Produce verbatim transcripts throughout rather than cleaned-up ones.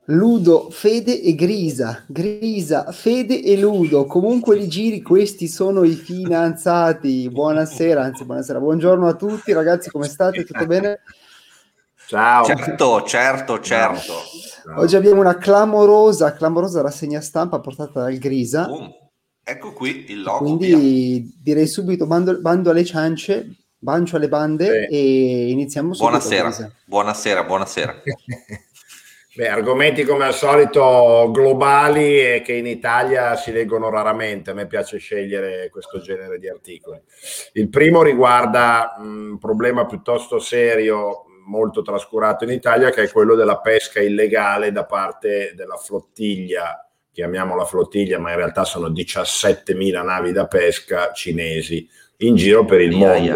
Ludo, Fede e Grisa, Grisa, Fede e Ludo, comunque li giri, questi sono i fidanzati. Buonasera, anzi buonasera, buongiorno a tutti ragazzi, come state? Tutto bene? Ciao. Certo, certo, certo. Ciao. Oggi abbiamo una clamorosa, clamorosa rassegna stampa portata dal Grisa. Boom. Ecco qui il logo. Quindi via. direi subito bando, bando alle ciance, bancio alle bande Sì. e iniziamo subito. Buonasera, Grisa. buonasera, buonasera. Beh, argomenti come al solito globali e che in Italia si leggono raramente. A me piace scegliere questo genere di articoli. Il primo riguarda un problema piuttosto serio, molto trascurato in Italia, che è quello della pesca illegale da parte della flottiglia, chiamiamola flottiglia, ma in realtà sono diciassettemila navi da pesca cinesi in giro per il Ia, mondo. ia.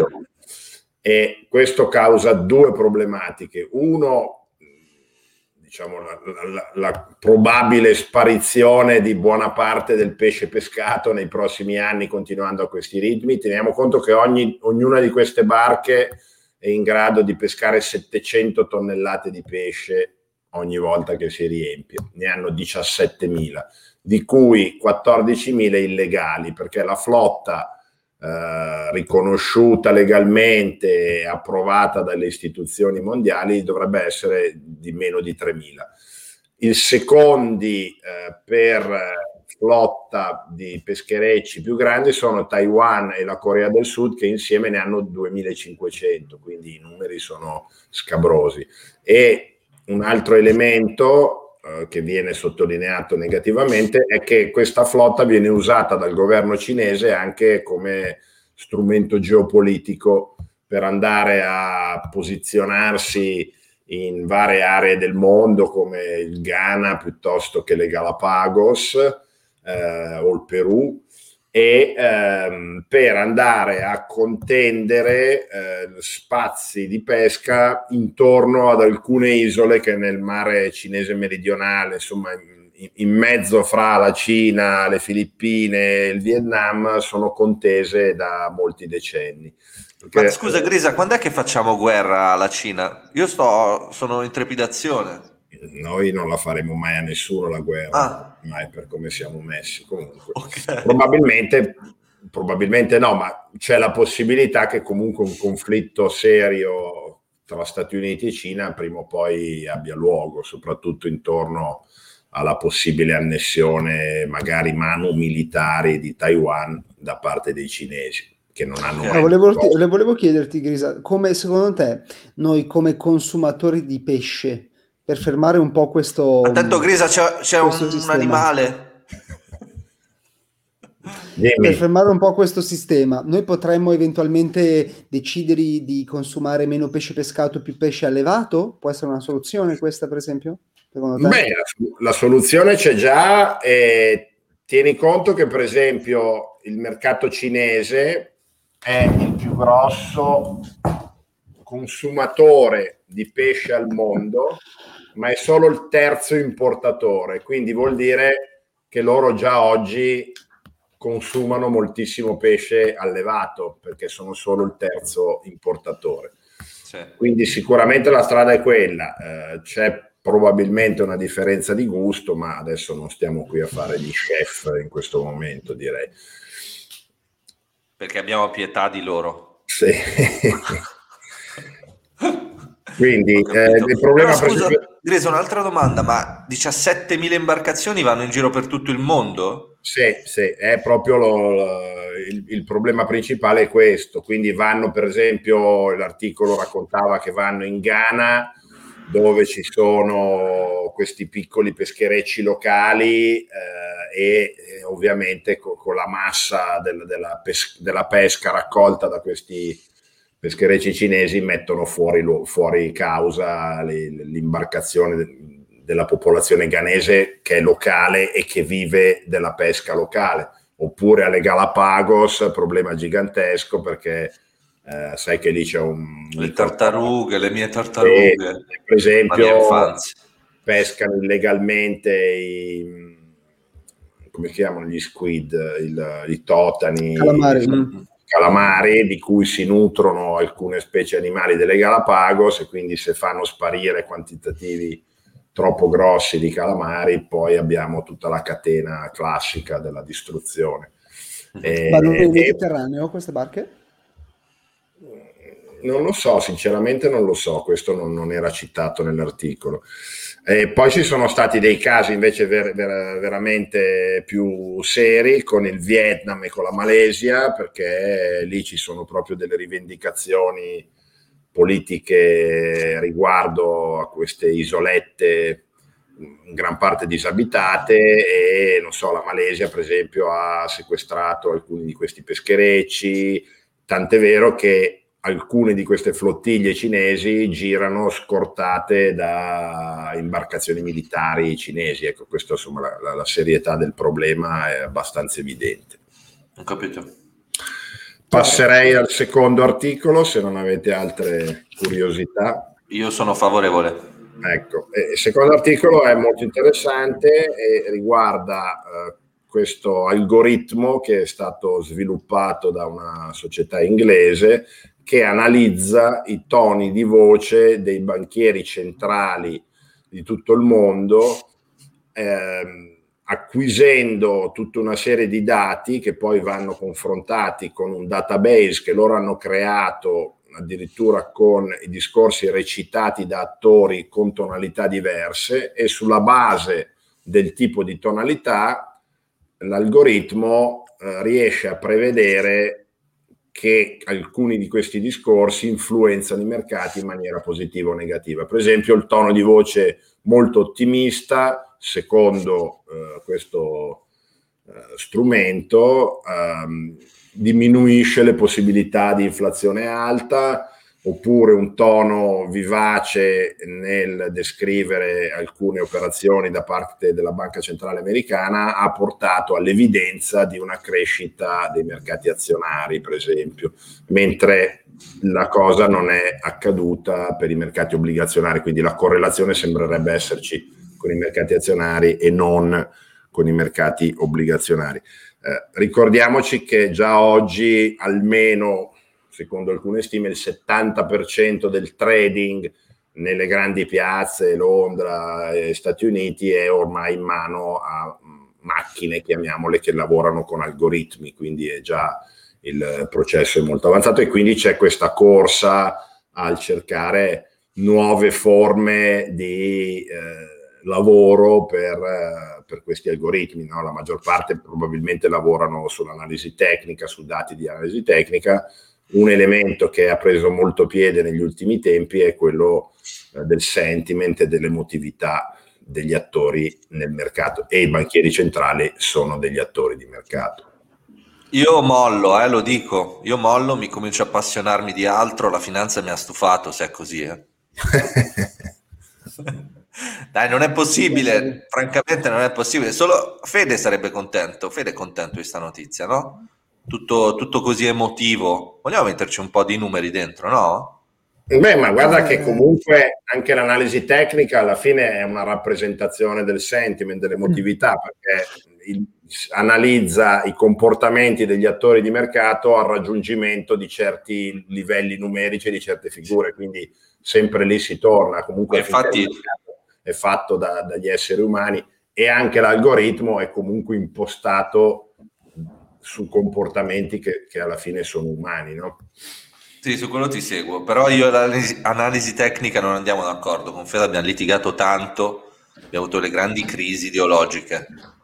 E questo causa due problematiche. Uno, diciamo, la, la, la probabile sparizione di buona parte del pesce pescato nei prossimi anni continuando a questi ritmi. Teniamo conto che ogni, ognuna di queste barche è in grado di pescare settecento tonnellate di pesce ogni volta che si riempie. Ne hanno diciassettemila, di cui quattordicimila illegali, perché la flotta Eh, riconosciuta legalmente e approvata dalle istituzioni mondiali dovrebbe essere di meno di tremila. Il secondi eh, per flotta di pescherecci più grandi sono Taiwan e la Corea del Sud, che insieme ne hanno duemilacinquecento, quindi i numeri sono scabrosi. E un altro elemento che viene sottolineato negativamente è che questa flotta viene usata dal governo cinese anche come strumento geopolitico per andare a posizionarsi in varie aree del mondo come il Ghana piuttosto che le Galapagos eh, o il Perù, e ehm, per andare a contendere eh, spazi di pesca intorno ad alcune isole che nel mare cinese meridionale, insomma in, in mezzo fra la Cina, le Filippine e il Vietnam, sono contese da molti decenni. Perché, Ma scusa Grisa, quando è che facciamo guerra alla Cina? Io sto, sono in trepidazione. Noi non la faremo mai a nessuno la guerra, Ah. mai, per come siamo messi. Comunque Okay. probabilmente probabilmente no, ma c'è la possibilità che comunque un conflitto serio tra Stati Uniti e Cina prima o poi abbia luogo, soprattutto intorno alla possibile annessione, magari manu militari di Taiwan da parte dei cinesi, che non hanno Okay. mai... Ah, volevo, ti- volevo chiederti, Grisa, come secondo te noi come consumatori di pesce, per fermare un po' questo, Attento Grisa, c'è, c'è questo un sistema. animale. per Dimmi. fermare un po' questo sistema, noi potremmo eventualmente decidere di consumare meno pesce pescato, più pesce allevato? Può essere una soluzione questa, per esempio? Secondo te? Beh, la, la soluzione c'è già, e tieni conto che per esempio il mercato cinese è il più grosso consumatore di pesce al mondo, ma è solo il terzo importatore, quindi vuol dire che loro già oggi consumano moltissimo pesce allevato, perché sono solo il terzo importatore. Sì. Quindi sicuramente la strada è quella, eh, c'è probabilmente una differenza di gusto, ma adesso non stiamo qui a fare gli chef in questo momento, direi. Perché abbiamo pietà di loro. Sì. Quindi Ho capito. eh, il problema... Però, scusa, per esempio... Grisa, un'altra domanda, ma diciassettemila imbarcazioni vanno in giro per tutto il mondo? Sì, sì, è proprio lo, lo, il, il problema principale è questo. Quindi vanno, per esempio, l'articolo raccontava che vanno in Ghana, dove ci sono questi piccoli pescherecci locali eh, e eh, ovviamente co- con la massa del, della, pes- della pesca raccolta da questi pescherecci cinesi mettono fuori, lo, fuori causa le, l'imbarcazione de- della popolazione ghanese, che è locale e che vive della pesca locale. Oppure alle Galapagos, problema gigantesco, perché eh, sai che lì c'è un... Le tartarughe, le mie tartarughe. E, per esempio, la mia infanzia. pescano illegalmente i... come si chiamano gli squid, il, i totani, Calamari. i Mm. calamari, di cui si nutrono alcune specie animali delle Galapagos, e quindi se fanno sparire quantitativi troppo grossi di calamari, poi abbiamo tutta la catena classica della distruzione. E, Ma non è in Mediterraneo queste barche? Non lo so, sinceramente non lo so, questo non, non era citato nell'articolo. E poi ci sono stati dei casi invece ver, ver, veramente più seri con il Vietnam e con la Malesia, perché lì ci sono proprio delle rivendicazioni politiche riguardo a queste isolette in gran parte disabitate, e non so, la Malesia per esempio ha sequestrato alcuni di questi pescherecci, tant'è vero che alcune di queste flottiglie cinesi girano scortate da imbarcazioni militari cinesi. Ecco, questo, insomma, la, la, la serietà del problema è abbastanza evidente. Ho capito. Passerei al secondo articolo, se non avete altre curiosità. Io sono favorevole. Ecco, il secondo articolo è molto interessante e riguarda eh, questo algoritmo che è stato sviluppato da una società inglese che analizza i toni di voce dei banchieri centrali di tutto il mondo, ehm, acquisendo tutta una serie di dati che poi vanno confrontati con un database che loro hanno creato addirittura con i discorsi recitati da attori con tonalità diverse, e sulla base del tipo di tonalità l'algoritmo eh, riesce a prevedere che alcuni di questi discorsi influenzano i mercati in maniera positiva o negativa. Per esempio, il tono di voce molto ottimista, secondo eh, questo eh, strumento, ehm, diminuisce le possibilità di inflazione alta, oppure un tono vivace nel descrivere alcune operazioni da parte della Banca Centrale Americana ha portato all'evidenza di una crescita dei mercati azionari, per esempio, mentre la cosa non è accaduta per i mercati obbligazionari, quindi la correlazione sembrerebbe esserci con i mercati azionari e non con i mercati obbligazionari. Eh, ricordiamoci che già oggi almeno, secondo alcune stime, il settanta per cento del trading nelle grandi piazze, Londra e Stati Uniti, è ormai in mano a macchine, chiamiamole, che lavorano con algoritmi, quindi è già il processo è molto avanzato, e quindi c'è questa corsa al cercare nuove forme di eh, lavoro per, eh, per questi algoritmi, no? La maggior parte probabilmente lavorano sull'analisi tecnica, su dati di analisi tecnica. Un elemento che ha preso molto piede negli ultimi tempi è quello eh, del sentiment e dell'emotività degli attori nel mercato, e i banchieri centrali sono degli attori di mercato. Io mollo, eh, lo dico, io mollo, mi comincio a appassionarmi di altro, la finanza mi ha stufato, se è così. Eh. Dai, non è possibile, francamente non è possibile, solo Fede sarebbe contento, Fede è contento di questa notizia, no? Tutto, tutto così emotivo, vogliamo metterci un po' di numeri dentro, no? Beh, ma guarda che comunque anche l'analisi tecnica alla fine è una rappresentazione del sentiment, dell'emotività, perché il, analizza i comportamenti degli attori di mercato al raggiungimento di certi livelli numerici, di certe figure, quindi sempre lì si torna. Comunque infatti è fatto da, dagli esseri umani, e anche l'algoritmo è comunque impostato su comportamenti che, che alla fine sono umani, no? Sì, su quello ti seguo, però io e l'analisi tecnica non andiamo d'accordo. Con Fede abbiamo litigato tanto, abbiamo avuto le grandi crisi ideologiche.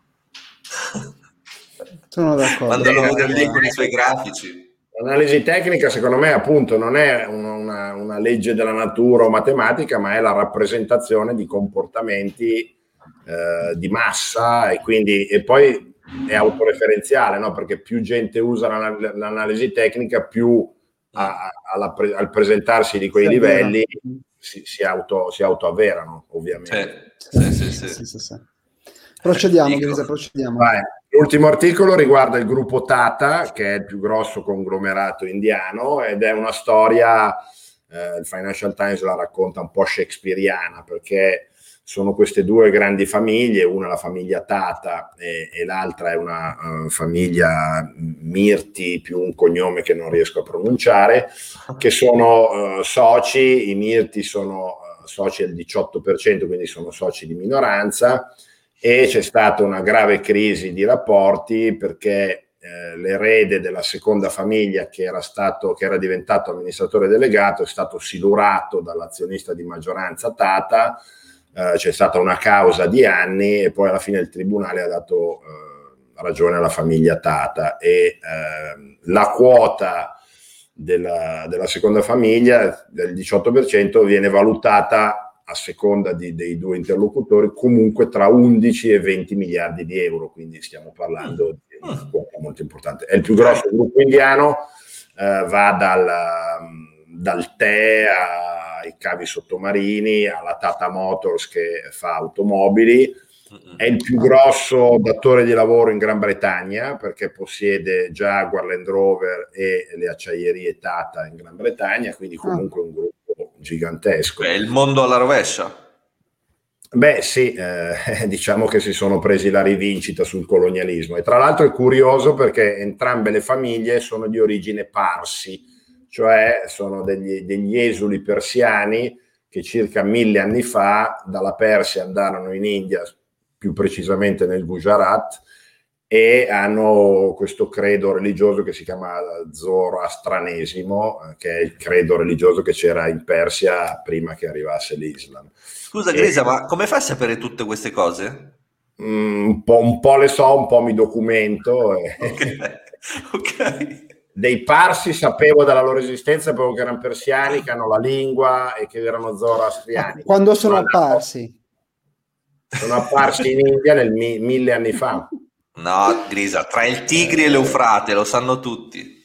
Sono d'accordo. Quando lo vedo lì con i suoi grafici. L'analisi tecnica, secondo me, appunto, non è una, una legge della natura o matematica, ma è la rappresentazione di comportamenti eh, di massa, e quindi e poi è autoreferenziale, no? Perché più gente usa l'anal- l'analisi tecnica, più a, a, alla pre- al presentarsi di quei sì, livelli si, si, auto, si autoavverano, ovviamente. Sì, sì, sì, sì. sì, sì, sì. Procediamo, Grisa, procediamo. Vai. L'ultimo articolo riguarda il gruppo Tata, che è il più grosso conglomerato indiano, ed è una storia, eh, il Financial Times la racconta un po' shakespeariana, perché sono queste due grandi famiglie, una la famiglia Tata e, e l'altra è una uh, famiglia Mirti, più un cognome che non riesco a pronunciare, che sono uh, soci. I Mirti sono soci al diciotto per cento, quindi sono soci di minoranza, e c'è stata una grave crisi di rapporti perché eh, l'erede della seconda famiglia, che era, stato, che era diventato amministratore delegato, è stato silurato dall'azionista di maggioranza Tata. Uh, c'è stata una causa di anni e poi alla fine il tribunale ha dato uh, ragione alla famiglia Tata, e uh, la quota della, della seconda famiglia del diciotto per cento viene valutata a seconda di, dei due interlocutori comunque tra undici e venti miliardi di euro, quindi stiamo parlando di una quota molto importante. È il più grosso gruppo indiano, uh, va dal, dal tè a i cavi sottomarini, alla Tata Motors che fa automobili, è il più grosso datore di lavoro in Gran Bretagna perché possiede Jaguar, Land Rover e le acciaierie Tata in Gran Bretagna, quindi comunque un gruppo gigantesco. È il mondo alla rovescia. Beh sì, eh, diciamo che si sono presi la rivincita sul colonialismo, e tra l'altro è curioso perché entrambe le famiglie sono di origine parsi, cioè sono degli, degli esuli persiani che circa mille anni fa dalla Persia andarono in India, più precisamente nel Gujarat, e hanno questo credo religioso che si chiama Zoroastranesimo, che è il credo religioso che c'era in Persia prima che arrivasse l'Islam. Scusa Grisa, e, ma come fai a sapere tutte queste cose? Mm, un, po', un po' le so, un po' mi documento. E... Ok, ok. Dei parsi sapevo della loro esistenza, sapevo che erano persiani, che hanno la lingua e che erano zoroastriani. Quando sono apparsi? Sono apparsi in India nel mi, mille anni fa. No, Grisa, tra il Tigri e l'Eufrate, lo sanno tutti.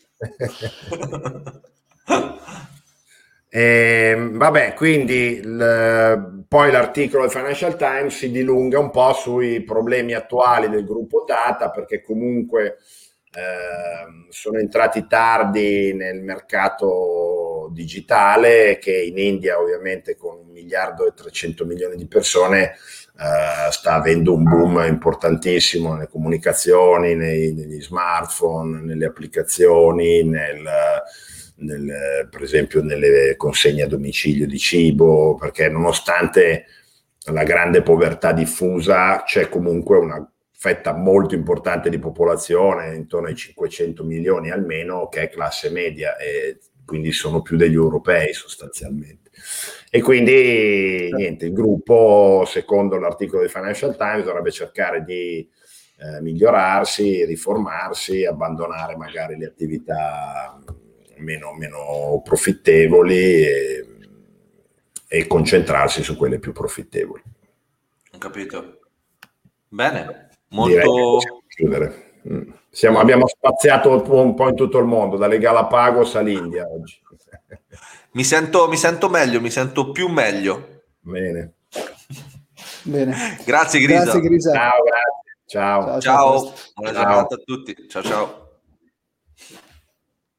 E, vabbè, quindi il, poi l'articolo del Financial Times si dilunga un po' sui problemi attuali del gruppo Tata, perché comunque Eh, sono entrati tardi nel mercato digitale, che in India ovviamente con un miliardo e trecento milioni di persone eh, sta avendo un boom importantissimo nelle comunicazioni, nei, negli smartphone, nelle applicazioni, nel, nel, per esempio nelle consegne a domicilio di cibo, perché nonostante la grande povertà diffusa c'è comunque una fetta molto importante di popolazione, intorno ai cinquecento milioni almeno, che è classe media, e quindi sono più degli europei sostanzialmente. E quindi niente, il gruppo, secondo l'articolo del Financial Times, dovrebbe cercare di eh, migliorarsi, riformarsi, abbandonare magari le attività meno, meno profittevoli e, e concentrarsi su quelle più profittevoli. Ho capito. Bene. Molto... chiudere. Siamo, abbiamo spaziato un po' in tutto il mondo, dalle Galapagos all'India oggi. Mi sento, mi sento meglio, mi sento più meglio. Bene. Bene. Grazie Grisa. Grazie, Grisa. Ciao, grazie. Ciao. Ciao. Ciao. Buona giornata a tutti. Ciao ciao.